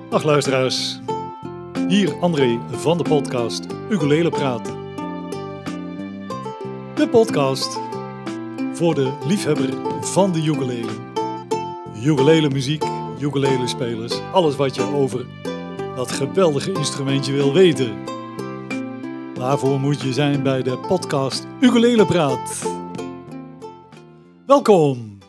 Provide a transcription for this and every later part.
Dag luisteraars, hier André van de podcast Ukulele Praat. De podcast voor de liefhebber van de ukulele. Ukulele muziek, ukulele spelers, alles wat je over dat geweldige instrumentje wil weten. Daarvoor moet je zijn bij de podcast Ukulele Praat. Welkom!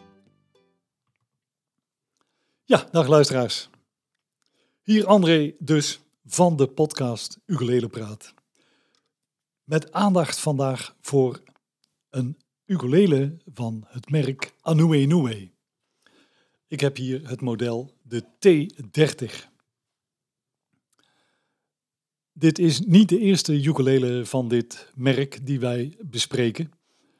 Ja, dag luisteraars. Hier André dus van de podcast Ukulele Praat. Met aandacht vandaag voor een ukulele van het merk Anoue. Ik heb hier het model de T30. Dit is niet de eerste ukulele van dit merk die wij bespreken.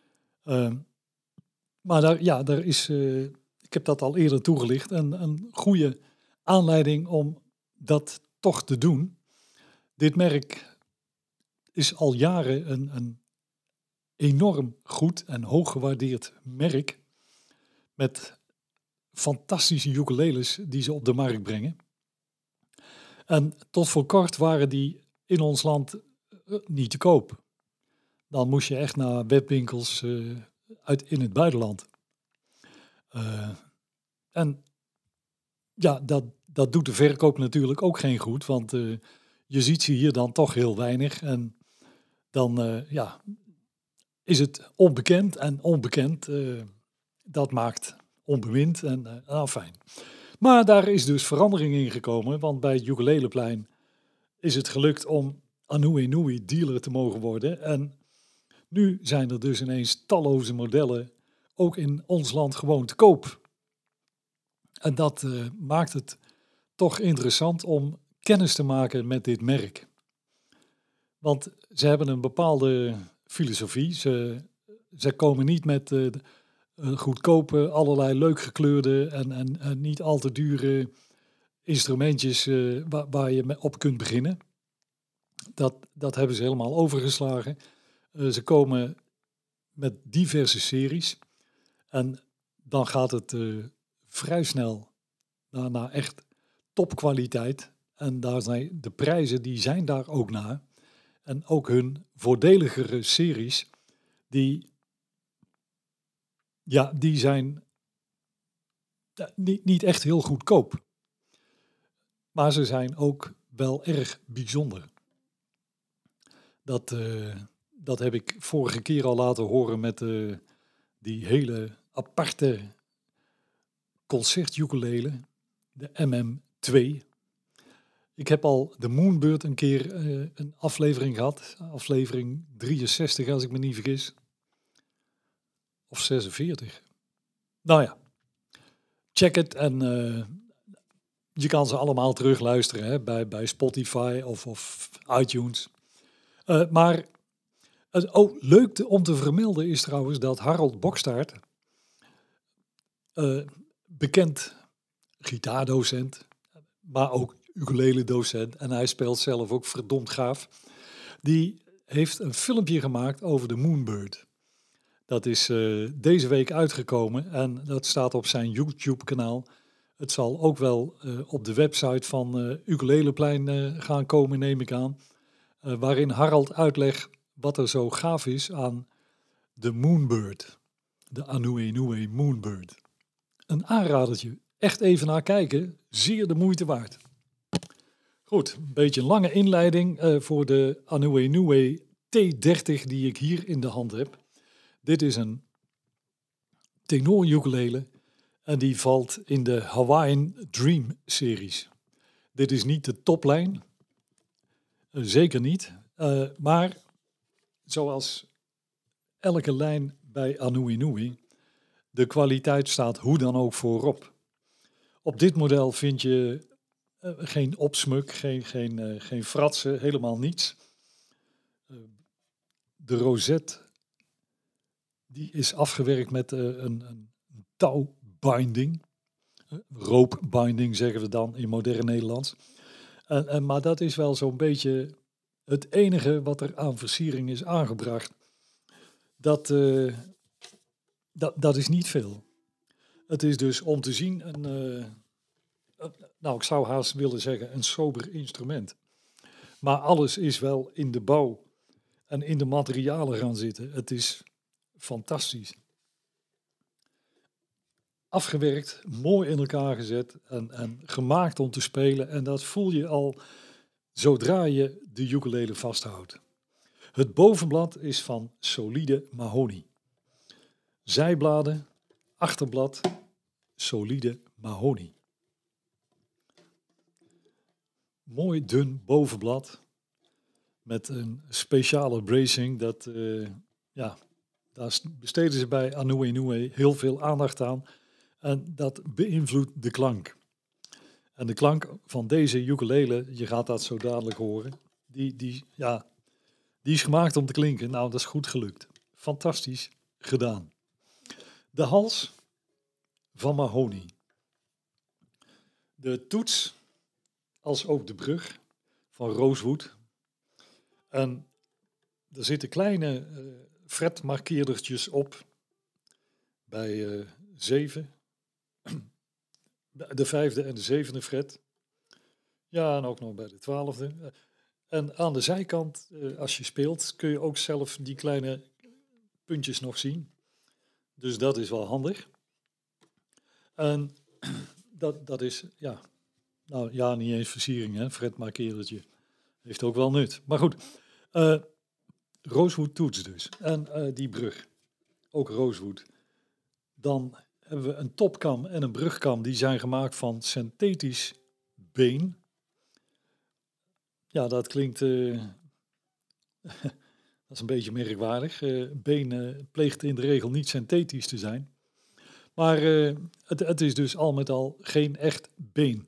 Maar daar is, ik heb dat al eerder toegelicht, een goede aanleiding om dat toch te doen. Dit merk is al jaren een enorm goed en hoog gewaardeerd merk met fantastische ukuleles die ze op de markt brengen. En tot voor kort waren die in ons land niet te koop. Dan moest je echt naar webwinkels in het buitenland. En ja, dat doet de verkoop natuurlijk ook geen goed, want je ziet ze hier dan toch heel weinig. En dan is het onbekend en onbekend, dat maakt onbemind en fijn. Maar daar is dus verandering in gekomen, want bij het Ukuleleplein is het gelukt om Anoue dealer te mogen worden. En nu zijn er dus ineens talloze modellen ook in ons land gewoon te koop. En dat maakt het toch interessant om kennis te maken met dit merk. Want ze hebben een bepaalde filosofie. Ze komen niet met goedkope, allerlei leuk gekleurde en niet al te dure instrumentjes waar je op kunt beginnen. Dat hebben ze helemaal overgeslagen. Ze komen met diverse series. En dan gaat het vrij snel naar echt topkwaliteit. En daar zijn de prijzen, die zijn daar ook naar. En ook hun voordeligere series, die zijn niet echt heel goedkoop. Maar ze zijn ook wel erg bijzonder. Dat heb ik vorige keer al laten horen met die hele aparte concertukulele, de MM2. Ik heb al de Moonbird een keer een aflevering gehad. Aflevering 63 als ik me niet vergis. Of 46. Nou ja, check het en je kan ze allemaal terugluisteren hè, bij Spotify of iTunes. Maar leuk om te vermelden is trouwens dat Harold Bokstaert, bekend gitaardocent, maar ook ukulele-docent, en hij speelt zelf ook verdomd gaaf, die heeft een filmpje gemaakt over de Moonbird. Dat is deze week uitgekomen en dat staat op zijn YouTube-kanaal. Het zal ook wel op de website van Ukuleleplein gaan komen, neem ik aan. Waarin Harold uitlegt wat er zo gaaf is aan de Moonbird. De Anoue Moonbird. Een aanradertje. Echt even naar kijken. Zeer de moeite waard. Goed, een beetje een lange inleiding voor de Anoue T30 die ik hier in de hand heb. Dit is een tenor ukulele en die valt in de Hawaiian Dream series. Dit is niet de toplijn, zeker niet, maar zoals elke lijn bij Anoue, de kwaliteit staat hoe dan ook voorop. Op dit model vind je geen opsmuk, geen fratsen, helemaal niets. De rozet die is afgewerkt met een touwbinding. Roopbinding zeggen we dan in modern Nederlands. Maar dat is wel zo'n beetje het enige wat er aan versiering is aangebracht. Dat is niet veel. Het is dus om te zien nou, ik zou haast willen zeggen een sober instrument. Maar alles is wel in de bouw en in de materialen gaan zitten. Het is fantastisch. Afgewerkt, mooi in elkaar gezet en gemaakt om te spelen. En dat voel je al zodra je de ukulele vasthoudt. Het bovenblad is van solide mahonie. Zijbladen, achterblad, solide mahonie. Mooi dun bovenblad met een speciale bracing. Ja, daar besteden ze bij Anoue Inoue heel veel aandacht aan. En dat beïnvloedt de klank. En de klank van deze ukulele, je gaat dat zo dadelijk horen, die is gemaakt om te klinken. Nou, dat is goed gelukt. Fantastisch gedaan. De hals van mahonie. De toets, als ook de brug van rosewood. En er zitten kleine fretmarkeerdertjes op bij 7, de 5e en de 7e fret. Ja, en ook nog bij de 12e. En aan de zijkant, als je speelt, kun je ook zelf die kleine puntjes nog zien. Dus dat is wel handig. En dat is, ja, nou ja, niet eens versiering, hè, fretmarkeerdertje. Heeft ook wel nut. Maar goed, rosewood toets dus. En die brug, ook rosewood. Dan hebben we een topkam en een brugkam. Die zijn gemaakt van synthetisch been. Ja, dat klinkt... dat is een beetje merkwaardig. Been pleegt in de regel niet synthetisch te zijn. Maar het is dus al met al geen echt been.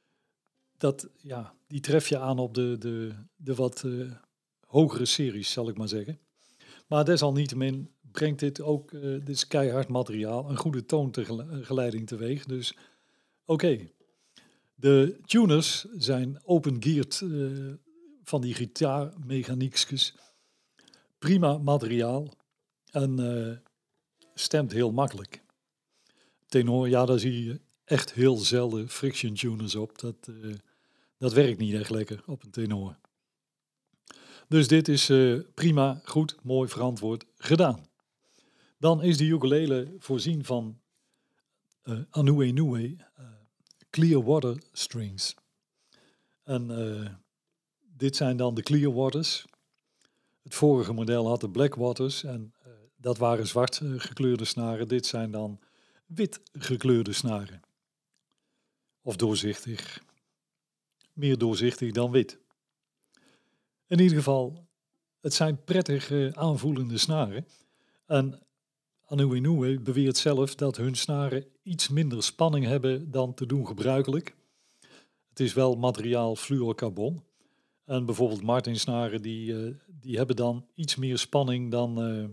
Die tref je aan op de wat hogere series, zal ik maar zeggen. Maar desalniettemin brengt dit ook, dit is keihard materiaal, een goede toongeleiding teweeg. Dus oké. De tuners zijn open-geared van die gitaarmechaniekjes. Prima materiaal en stemt heel makkelijk. Tenor, ja, daar zie je echt heel zelden friction tuners op. Dat werkt niet echt lekker op een tenor. Dus dit is prima, goed, mooi verantwoord gedaan. Dan is de ukulele voorzien van Anoue Inoue Clear Water Strings. En dit zijn dan de Clear Waters. Het vorige model had de Black Waters en dat waren zwart gekleurde snaren. Dit zijn dan wit gekleurde snaren. Of doorzichtig. Meer doorzichtig dan wit. In ieder geval, het zijn prettig aanvoelende snaren. En Anoue Inoue beweert zelf dat hun snaren iets minder spanning hebben dan te doen gebruikelijk. Het is wel materiaal fluorocarbon. En bijvoorbeeld Martin-snaren die hebben dan iets meer spanning dan...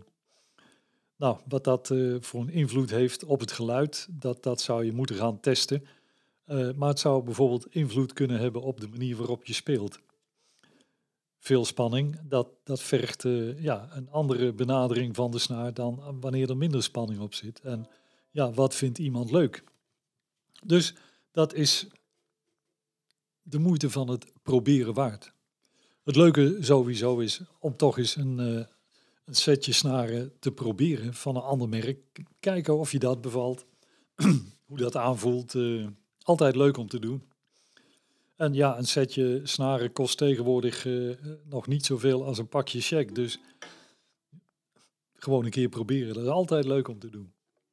wat dat voor een invloed heeft op het geluid, dat zou je moeten gaan testen. Maar het zou bijvoorbeeld invloed kunnen hebben op de manier waarop je speelt. Veel spanning, dat vergt een andere benadering van de snaar dan wanneer er minder spanning op zit. En ja, wat vindt iemand leuk? Dus dat is de moeite van het proberen waard. Het leuke sowieso is om toch eens een setje snaren te proberen van een ander merk. Kijken of je dat bevalt, hoe dat aanvoelt. Altijd leuk om te doen. En ja, een setje snaren kost tegenwoordig nog niet zoveel als een pakje check. Dus gewoon een keer proberen. Dat is altijd leuk om te doen.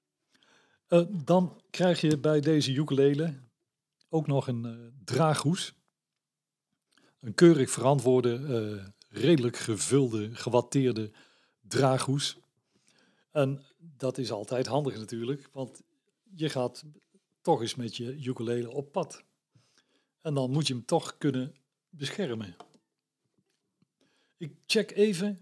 Dan krijg je bij deze ukulele ook nog een draaghoes. Een keurig verantwoorde, redelijk gevulde, gewatteerde draaghoes. En dat is altijd handig natuurlijk, want je gaat toch eens met je ukulele op pad. En dan moet je hem toch kunnen beschermen. Ik check even.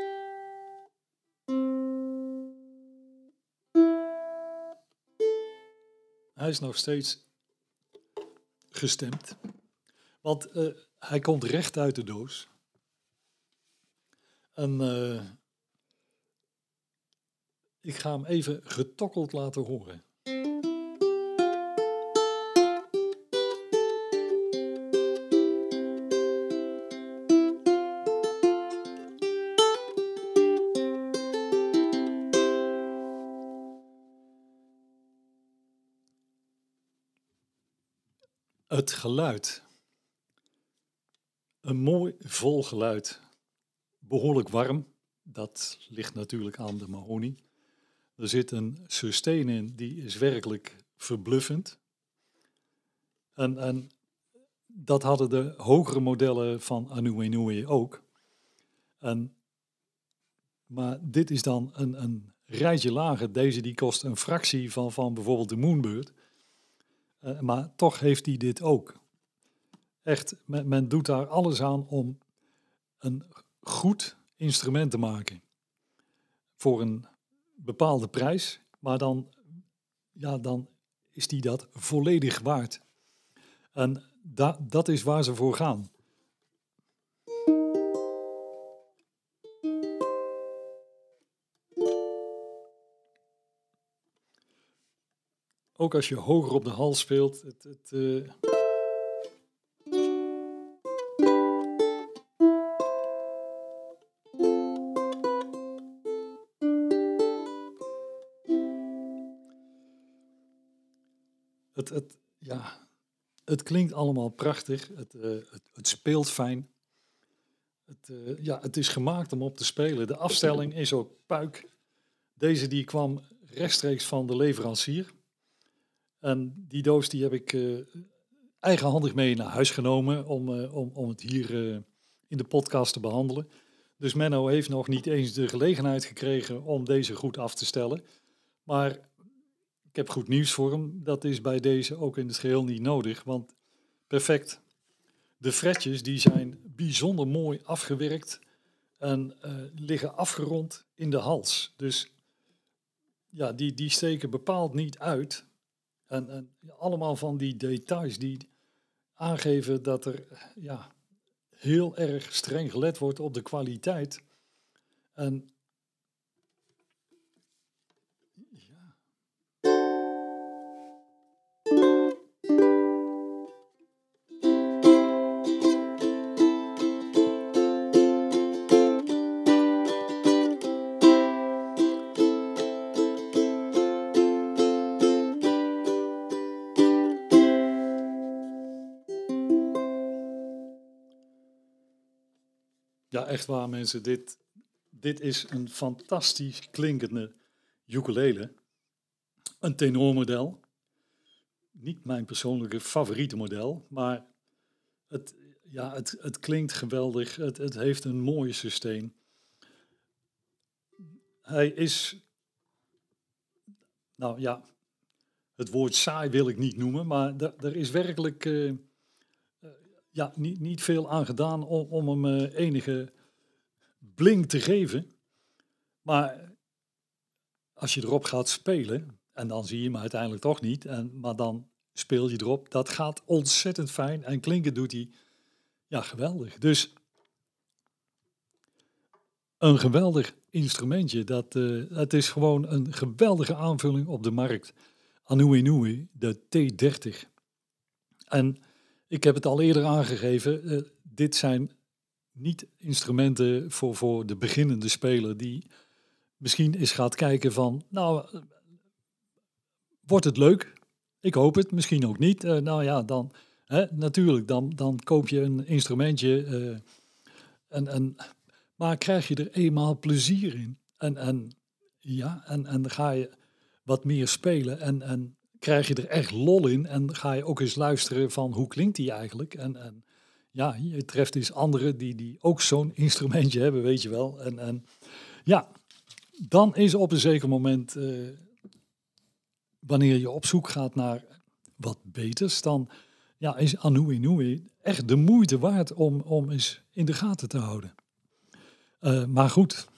Hij is nog steeds gestemd. Want hij komt recht uit de doos. En ik ga hem even getokkeld laten horen. Het geluid. Een mooi vol geluid. Behoorlijk warm. Dat ligt natuurlijk aan de mahonie. Er zit een sustain in, die is werkelijk verbluffend. En dat hadden de hogere modellen van Anuenue ook. Maar dit is dan een rijtje lager. Deze die kost een fractie van bijvoorbeeld de Moonbird. Maar toch heeft hij dit ook. Echt, men doet daar alles aan om een goed instrument te maken. Voor een bepaalde prijs. Maar dan is die dat volledig waard. En dat is waar ze voor gaan. Ook als je hoger op de hals speelt. Het klinkt allemaal prachtig. Het speelt fijn. Het is gemaakt om op te spelen. De afstelling is ook puik. Deze die kwam rechtstreeks van de leverancier. En die doos die heb ik eigenhandig mee naar huis genomen om het hier in de podcast te behandelen. Dus Menno heeft nog niet eens de gelegenheid gekregen om deze goed af te stellen. Maar ik heb goed nieuws voor hem. Dat is bij deze ook in het geheel niet nodig, want perfect. De fretjes die zijn bijzonder mooi afgewerkt en liggen afgerond in de hals. Dus ja, die steken bepaald niet uit. En allemaal van die details die aangeven dat er heel erg streng gelet wordt op de kwaliteit. En ja, echt waar mensen, dit is een fantastisch klinkende ukulele. Een tenormodel. Niet mijn persoonlijke favoriete model, maar het klinkt geweldig. Het heeft een mooie sustain. Hij is, het woord saai wil ik niet noemen, maar er is werkelijk niet veel aan gedaan om hem enige bling te geven. Maar als je erop gaat spelen, en dan zie je hem uiteindelijk toch niet, maar dan speel je erop, dat gaat ontzettend fijn en klinken doet hij geweldig. Dus een geweldig instrumentje. Het is gewoon een geweldige aanvulling op de markt. Anuenue, de T30. En ik heb het al eerder aangegeven, dit zijn niet instrumenten voor de beginnende speler die misschien eens gaat kijken van, wordt het leuk? Ik hoop het, misschien ook niet. Dan natuurlijk, dan koop je een instrumentje maar krijg je er eenmaal plezier in. En dan ga je wat meer spelen en krijg je er echt lol in en ga je ook eens luisteren van hoe klinkt die eigenlijk. En je treft eens anderen die ook zo'n instrumentje hebben, weet je wel. Dan is op een zeker moment, wanneer je op zoek gaat naar wat beters, dan is Anuenue echt de moeite waard om eens in de gaten te houden. Maar goed.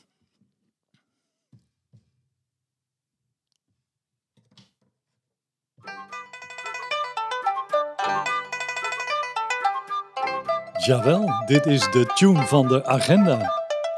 Jawel, dit is de tune van de agenda.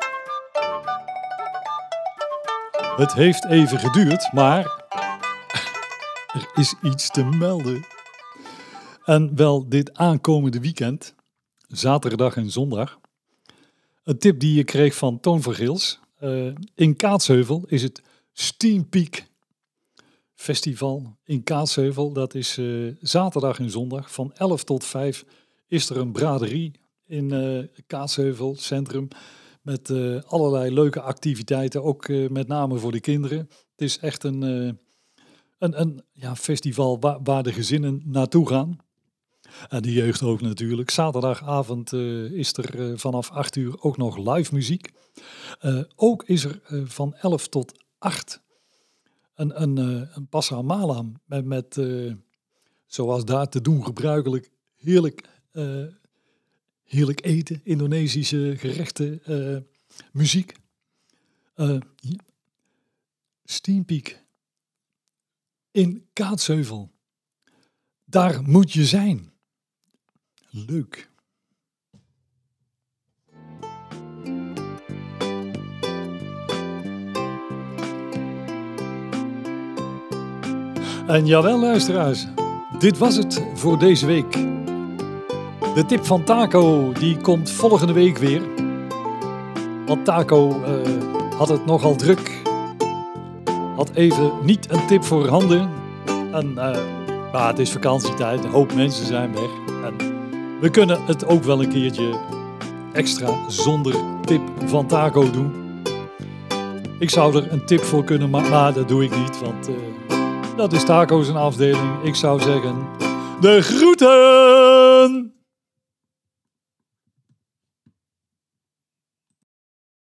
Het heeft even geduurd, maar er is iets te melden. En wel dit aankomende weekend, zaterdag en zondag. Een tip die je kreeg van Toon Vergils. In Kaatsheuvel is het Steam Peak festival in Kaatsheuvel. Dat is zaterdag en zondag. Van 11 tot 5 is er een braderie in Kaatsheuvel centrum. Met allerlei leuke activiteiten. Ook met name voor de kinderen. Het is echt een festival waar de gezinnen naartoe gaan. En de jeugd ook natuurlijk. Zaterdagavond is er vanaf 8 uur ook nog live muziek. Ook is er van 11 tot 8 een Pasar Malam met zoals daar te doen gebruikelijk, heerlijk eten, Indonesische gerechten, muziek. Steampeak in Kaatsheuvel. Daar moet je zijn. Leuk. En jawel luisteraars, dit was het voor deze week. De tip van Taco die komt volgende week weer. Want Taco had het nogal druk. Had even niet een tip voor handen. Maar het is vakantietijd, een hoop mensen zijn weg. En we kunnen het ook wel een keertje extra zonder tip van Taco doen. Ik zou er een tip voor kunnen maken, maar dat doe ik niet, want dat is Taco zijn afdeling. Ik zou zeggen, de groeten!